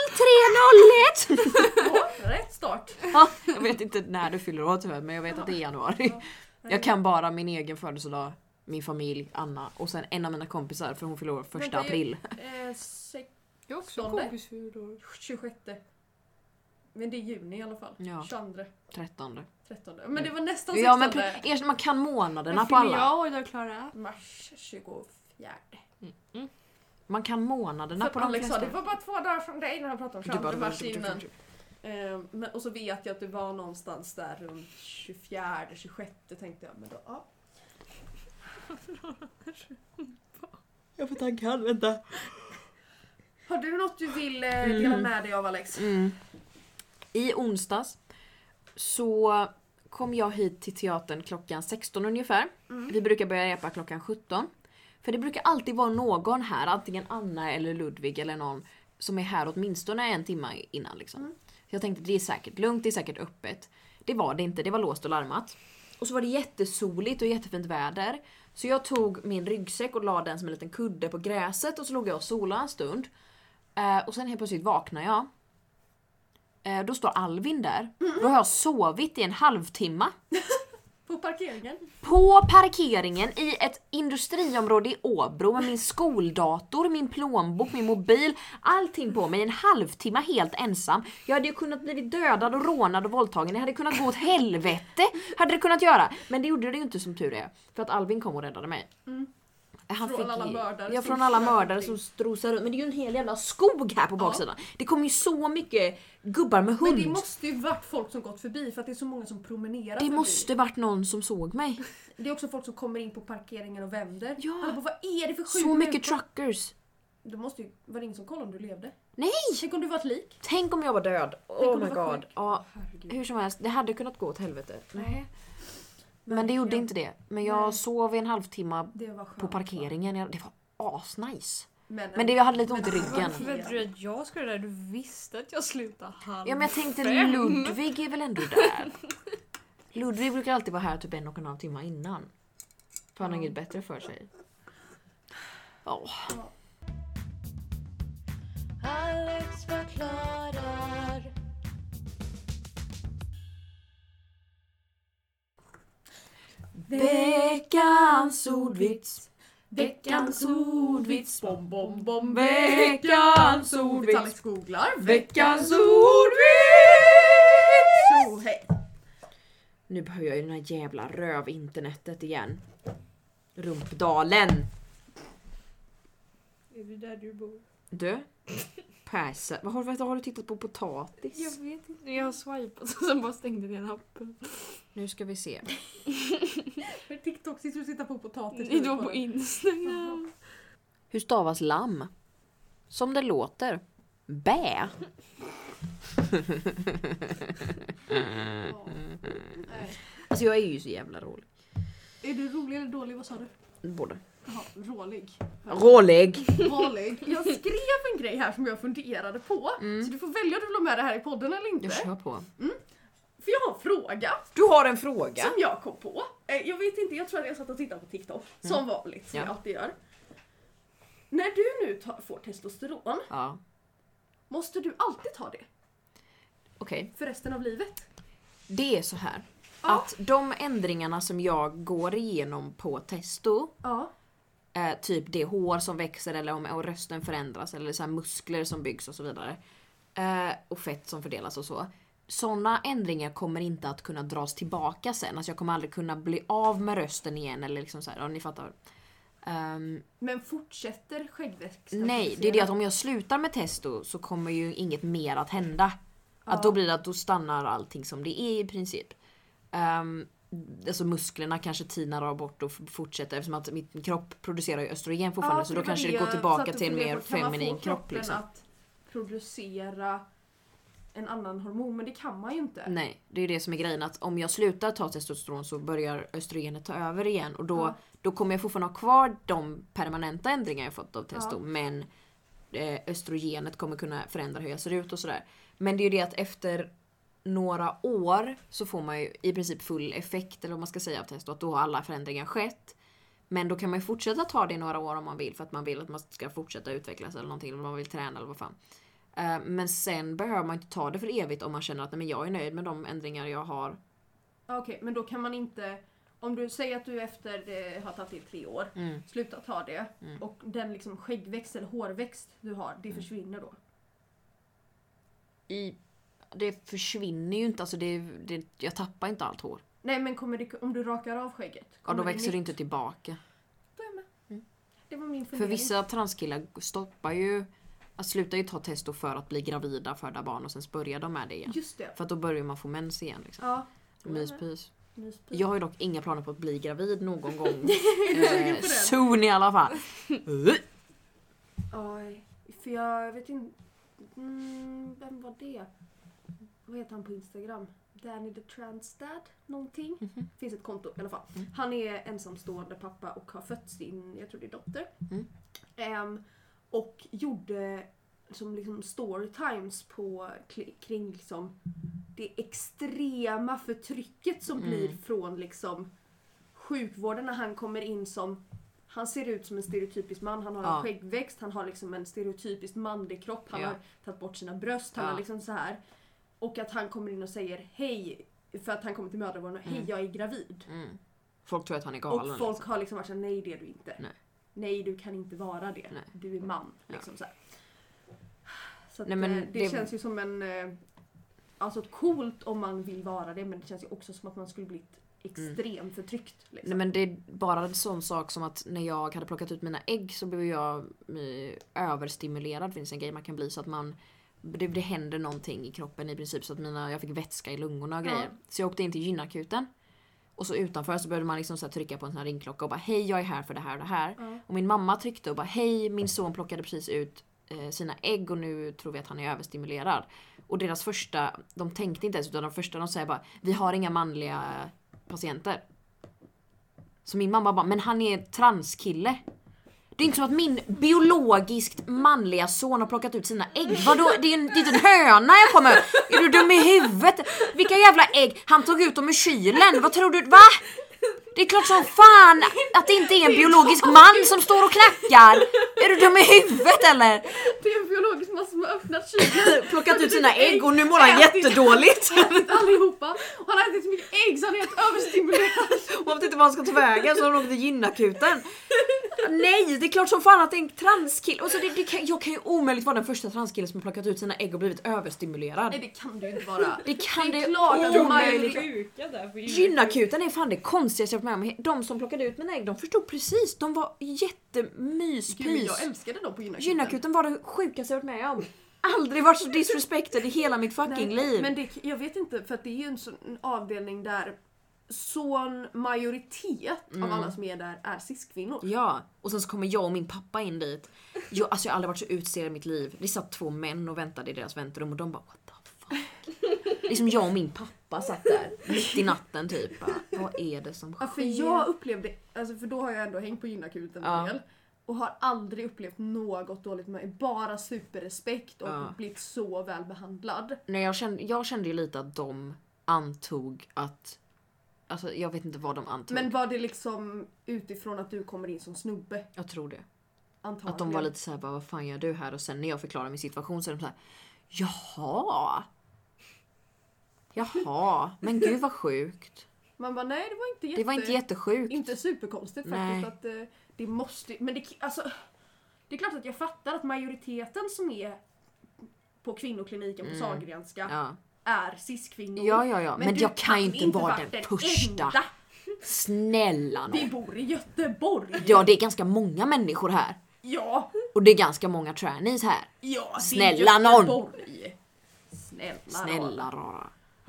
0301! Ja, rätt start. Ja, jag vet inte när du fyller år tyvärr men jag vet att det är januari. Jag kan bara min egen födelsedag, min familj, Anna och sen en av mina kompisar för hon fyller år 1 april. Jag har också kompis för år. 26. Men det är juni i alla fall. Ja. 22. 13. 13. Men det var nästan 16. Ja men man kan månaderna på alla. Jag och då Klara. Mars 24. Man kan månaderna För på de Alex sa, flesta. det var bara 2 dagar från dig när han pratade om 22 mars innan. Du. Men, och så vet jag att det var någonstans där runt 24, 26 tänkte jag. Men då, ja. Jag får tanka, vänta. Har du något du vill dela med dig av Alex? I onsdags så kom jag hit till teatern klockan 16 ungefär. Vi brukar börja repa klockan 17. För det brukar alltid vara någon här, antingen Anna eller Ludvig eller någon som är här åtminstone en timme innan liksom. Så jag tänkte det är säkert lugnt, det är säkert öppet. Det var det inte, det var låst och larmat. Och så var det jättesoligt och jättefint väder. Så jag tog min ryggsäck och la den som en liten kudde på gräset och så låg jag och solade en stund. Och sen helt plötsligt vaknar jag. Då står Alvin där. Då har jag sovit i en halvtimme. På parkeringen? På parkeringen i ett industriområde i Åbro med min skoldator, min plånbok, min mobil. Allting på mig en halvtimme helt ensam. Jag hade ju kunnat bli dödad och rånad och våldtagen. Det hade kunnat gå åt helvete. Hade det kunnat göra. Men det gjorde det ju inte som tur är. För att Alvin kom och räddade mig. Alla mördare. Ja, från alla mördare som strosar runt. Men det är ju en hel jävla skog här på baksidan. Det kommer ju så mycket gubbar med hund. Men det måste ju varit folk som gått förbi för att det är så många som promenerar Det förbi. måste varit någon som såg mig. Det är också folk som kommer in på parkeringen och vänder. Ja. Alla bara, vad är det för sjukt? Så mycket truckers. Det måste ju vara ingen som kollar om du levde. Nej! Tänk om du var ett lik. Tänk om jag var död. om Oh du my var god. sjuk. Ja, Herregud. hur som helst, det hade kunnat gå åt helvete. Nej. Men det gjorde Verkligen. inte det. Men jag Nej. sov i en halvtimme Det var skönt. på parkeringen. Det var asnice. Men Jag hade lite ont i ryggen. Varför väntade du att jag skulle där? Du visste att jag slutade halv. Ja men jag tänkte 5. Ludvig är väl ändå där. Ludvig brukar alltid vara här typ 1,5 timmar innan. För han har inget bättre för sig. Alex förklarar. Veckans ordvits. Veckans ordvits. Bom bom bom. Veckans ordvits. Alex googlar. Veckans ordvits. Så, hej. Nu behöver jag ju den här jävla röv-internetet igen. Rumpdalen. Är det där du bor? Du? Persa. Vad har du tittat på? Potatis? Jag vet inte. Jag har swipat och sen bara stängde ner appen. Nu ska vi se. För TikTok sitter du och tittar på potatis. Det var på Instagram. Hur stavas lamm? Som det låter. Bä. Nej. Alltså jag är ju så jävla rolig. Är du rolig eller dålig? Vad sa du? Både. Jaha, rålig. Rolig! Rolig. Jag skrev en grej här som jag funderade på. Så du får välja om du vill ha med det här i podden eller inte. Jag kör på. För jag har en fråga Du har en fråga. som jag kom på. Jag vet inte, jag tror att jag satt och tittade på TikTok. Som vanligt, som Ja. jag alltid gör. När du nu får testosteron, Ja, måste du alltid ta det? okej. För resten av livet? Det är så här. Ja. Att de ändringarna som jag går igenom på testo, Ja. typ det hår som växer eller om rösten förändras eller så här muskler som byggs och så vidare. Och fett som fördelas och så. Såna ändringar kommer inte att kunna dras tillbaka sen. Alltså jag kommer aldrig kunna bli av med rösten igen eller liksom så här, ja, ni fattar. Men fortsätter skäggväxten? Nej, det är det att om jag slutar med testo så kommer ju inget mer att hända. Att då blir det att då stannar allting som det är i princip. Alltså musklerna kanske tinar av bort och fortsätter eftersom att min kropp producerar ju östrogen fortfarande så då kanske det går tillbaka till en mer feminin kropp liksom. Att producera en annan hormon, men det kan man ju inte. Nej, det är ju det som är grejen att om jag slutar ta testosteron så börjar östrogenet ta över igen och då kommer jag fortfarande ha kvar de permanenta ändringar jag fått av testo men östrogenet kommer kunna förändra hur jag ser ut och sådär. Men det är ju det att efter några år så får man ju i princip full effekt eller vad man ska säga av testo, att då har alla förändringar skett. Men då kan man ju fortsätta ta det i några år om man vill för att man vill att man ska fortsätta utvecklas eller någonting eller man vill träna eller vad fan. Men sen behöver man inte ta det för evigt om man känner att nej, men jag är nöjd med de ändringar jag har. Okej, men då kan man inte, om du säger att du efter det har tagit till 3 år, sluta ta det och den liksom skäggväxt eller hårväxt du har, det försvinner då? Det försvinner ju inte, alltså jag tappar inte allt hår. Nej, men kommer det, om du rakar av skägget? Ja, då växer det nytt? inte tillbaka. Då är jag med. Det var min För fundering. vissa transkillar stoppar ju, att sluta ju ta testo för att bli gravida, föda barn och sen börjar de med det igen. Just det. För att då börjar man få mens igen liksom. Ja. Myspys. Myspys. Jag har ju dock inga planer på att bli gravid någon gång. sugen på den. Soon i alla fall. Oj, för jag vet inte. Vem var det? Vad heter han på Instagram? Danny the Transdad någonting. Finns ett konto i alla fall. Han är ensamstående pappa och har fött sin, jag tror det är dotter. Och gjorde som liksom storytimes på kring liksom det extrema förtrycket som blir från liksom sjukvården när han kommer in som, han ser ut som en stereotypisk man, han har en skäggväxt, han har liksom en stereotypisk manlig kropp, han har tagit bort sina bröst, han har liksom så här. Och att han kommer in och säger hej, för att han kommer till mödravården och hej, jag är gravid. Folk tror att han är galen. Och folk har liksom varit såhär, nej det är du inte. Nej. Du kan inte vara det. Nej. Du är man. Liksom så här. Så att, Nej, men det känns ju som en, alltså coolt om man vill vara det, men det känns ju också som att man skulle bli extremt förtryckt. Liksom. Nej, men det är bara en sån sak som att när jag hade plockat ut mina ägg så blev jag överstimulerad. Det finns en grej man kan bli så att man det händer någonting i kroppen i princip så att jag fick vätska i lungorna och grejer. Så jag åkte in till gynakuten. Och så utanför så började man liksom så här trycka på en sån här ringklocka och bara hej, jag är här för det här och det här. Och min mamma tryckte och bara hej, min son plockade precis ut sina ägg och nu tror vi att han är överstimulerad. Och deras första, de tänkte inte ens utan de första de säger bara vi har inga manliga patienter. Så min mamma bara, men han är transkille. Det är inte som att min biologiskt manliga son har plockat ut sina ägg. Vadå? Det är en liten höna jag kommer. Är du dum i huvudet? Vilka jävla ägg? Han tog ut dem ur kylen. Vad tror du? Va? Det är klart som fan att det inte är en biologisk man som står och knackar. Är du dum i huvudet eller? Det är en biologisk man som har öppnat kylen. Plockat ut sina ägg och nu mår han jättedåligt. Ätit allihopa. Och han har ätit så mycket ägg så han är helt överstimulerad. Och vet inte vad han ska ta vägen så har han åkt till gynakuten. Nej, det är klart som fan att det är en transkille. Och så jag kan ju omöjligt vara den första transkillen som har plockat ut sina ägg och blivit överstimulerad. Nej, det kan du inte vara. Det kan det klart att omöjligt. Sjuka där på Gynakuten är fan det konstigaste jag varit med om. De som plockade ut mina ägg, de förstod precis. De var jättemyspys. Gud, jag älskade dem på gynakuten. Gynakuten var det sjukaste jag varit med om. Aldrig varit så disrespected i hela mitt fucking liv. Men jag vet inte, för att det är ju en sån avdelning där sån majoritet av alla som är där är cis-kvinnor. Ja, och sen så kommer jag och min pappa in dit. Jag har aldrig varit så utsedd i mitt liv. Det satt 2 män och väntade i deras väntrum och de bara what the Liksom jag och min pappa satt där mitt i natten typ. Bara, vad är det som sker? Ja, för jag upplevde, alltså för då har jag ändå hängt på gynakuten en del. Och har aldrig upplevt något dåligt med mig. Bara superrespekt och blivit så väl behandlad. Nej, jag kände ju lite att de antog att... Alltså jag vet inte vad de antog. Men var det liksom utifrån att du kommer in som snubbe? Jag tror det. Antagligen. Att de var lite såhär, bara, vad fan gör du här? Och sen när jag förklarar min situation så är de såhär, jaha, men gud vad sjukt. Man bara, nej Det var inte jättesjukt. Inte superkonstigt Nej. faktiskt att det måste... Men det, alltså, det är klart att jag fattar att majoriteten som är på kvinnokliniken på Sahlgrenska är cis-kvinnor. Ja. Men jag kan ju inte vara den första. Enda. Snälla nån. Vi bor i Göteborg. Ja, det är ganska många människor här. Ja. Och det är ganska många trannies här. Ja, Snälla nån. Göteborg. Snälla rara.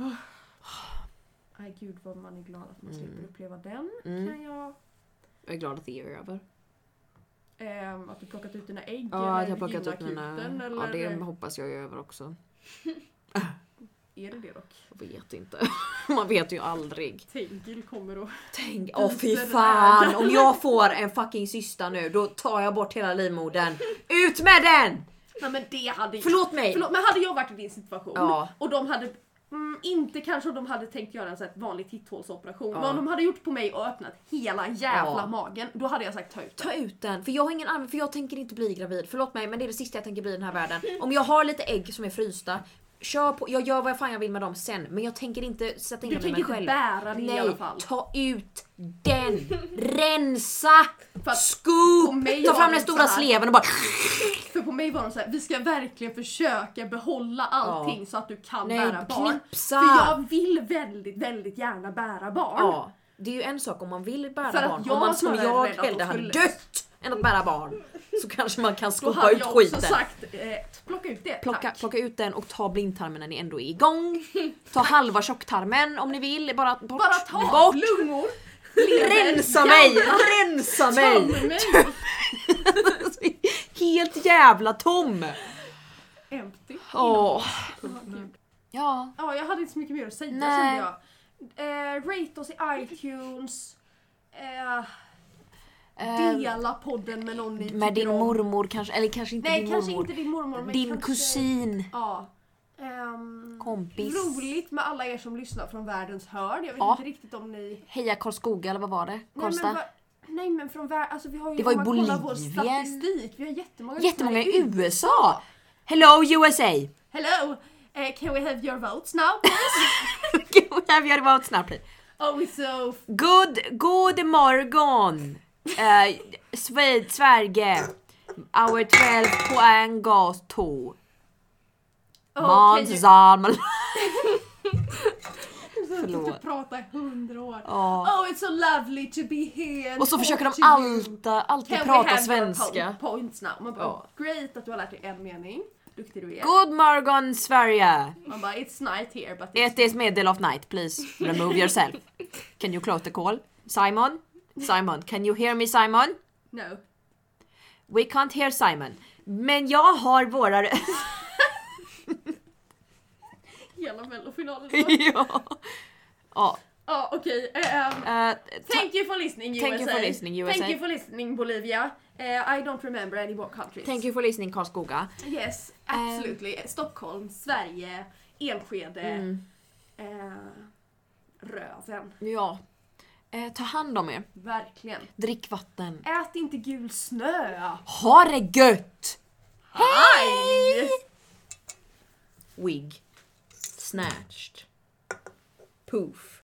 Aj gud vad man är glad att man slipper uppleva den. Kan jag... Jag är glad att det är över. Att du plockat ut dina ägg. Ja, att eller jag har plockat ut gynakuten, mina... eller... Ja, det hoppas jag är över också. Är det dock? Jag vet inte. Man vet ju aldrig. Tengil kommer och... Tänk, fy fan. Om jag får en fucking cysta nu, då tar jag bort hela livmodern. Ut med den! Nej men det hade... Förlåt mig. Men hade jag varit i din situation Ja. och de hade... inte kanske om de hade tänkt göra en sån här vanlig titthålsoperation. Men om de hade gjort på mig och öppnat hela jävla magen, då hade jag sagt ta ut den. Ta ut den, för jag har ingen annan, för jag tänker inte bli gravid. Förlåt mig, men det är det sista jag tänker bli i den här världen. Om jag har lite ägg som är frysta, kör på, jag gör vad fan jag vill med dem sen. Men jag tänker inte sätta in dem i mig själv. Du tänker inte bära det i alla fall. Ta ut den! Rensa! Scoop! Ta fram den stora sleven och bara... För på mig var de så här: vi ska verkligen försöka behålla allting så att du kan bära barn. Knipsa. För jag vill väldigt, väldigt gärna bära barn. Ja, det är ju en sak om man vill bära För att barn. jag Om man som snarare jag är rädd att hellre de hade skulle- dött än att bära barn. Så kanske man kan Då skopa hade ut jag skiten. också sagt, plocka ut det. tack. Plocka ut den och ta blindtarmen när ni ändå är igång. Ta halva tjocktarmen om ni vill. Bara bort. Bara ta bort. lungor. Rensa mig! Rensa mig! Helt jävla tom! Empty. Åh. Ja. Ja, jag hade inte så mycket mer att säga Nej. kände jag. Rate oss i iTunes. Dela podden med någon ni Med din tycker om. mormor kanske, eller kanske inte Nej, din kanske mormor. inte din mormor. Men Din kanske, kusin. Ja. Kompis. Roligt med alla er som lyssnar från världens hörn. Jag vet Ja. inte riktigt om ni... Heja Karlskoga, eller vad var det? Karlstad? Nej men från världen, alltså vi har ju, Det var ju om man kollar vår Bolivien. statistik, vi har jättemånga Jättemånga lyssnare i USA! Hello USA! Hello, can we have your votes now please? Can we have your votes now please? Oh it's so... God morgon! Sverige! Our 12 poäng goes to Måns Zelmerlöw. Förlåt. Jag prata i 100 år. Ja. Oh it's so lovely to be here. Och så försöker de alltid Can we prata have svenska. your points now? Man bara, Ja. great att du har lärt dig en mening. Duktig du är. God morgon Sverige! Man bara, it's night here but It is middle of night, please remove yourself. Can you close the call? Simon? Simon, can you hear me Simon? No. We can't hear Simon. Men jag har våra... Hela mellofinalen. ja. Ja. Ja, okej. Thank you for listening USA. Thank you for listening, USA. Thank you for listening Bolivia. I don't remember any more countries. Thank you for listening Karlskoga. Yes, absolutely. Stockholm, Sverige, Enskede, Röven. Ja. Ta hand om er. Verkligen. Drick vatten. Ät inte gul snö. Ha det gött! Hej! Wig. Snatched. Poof.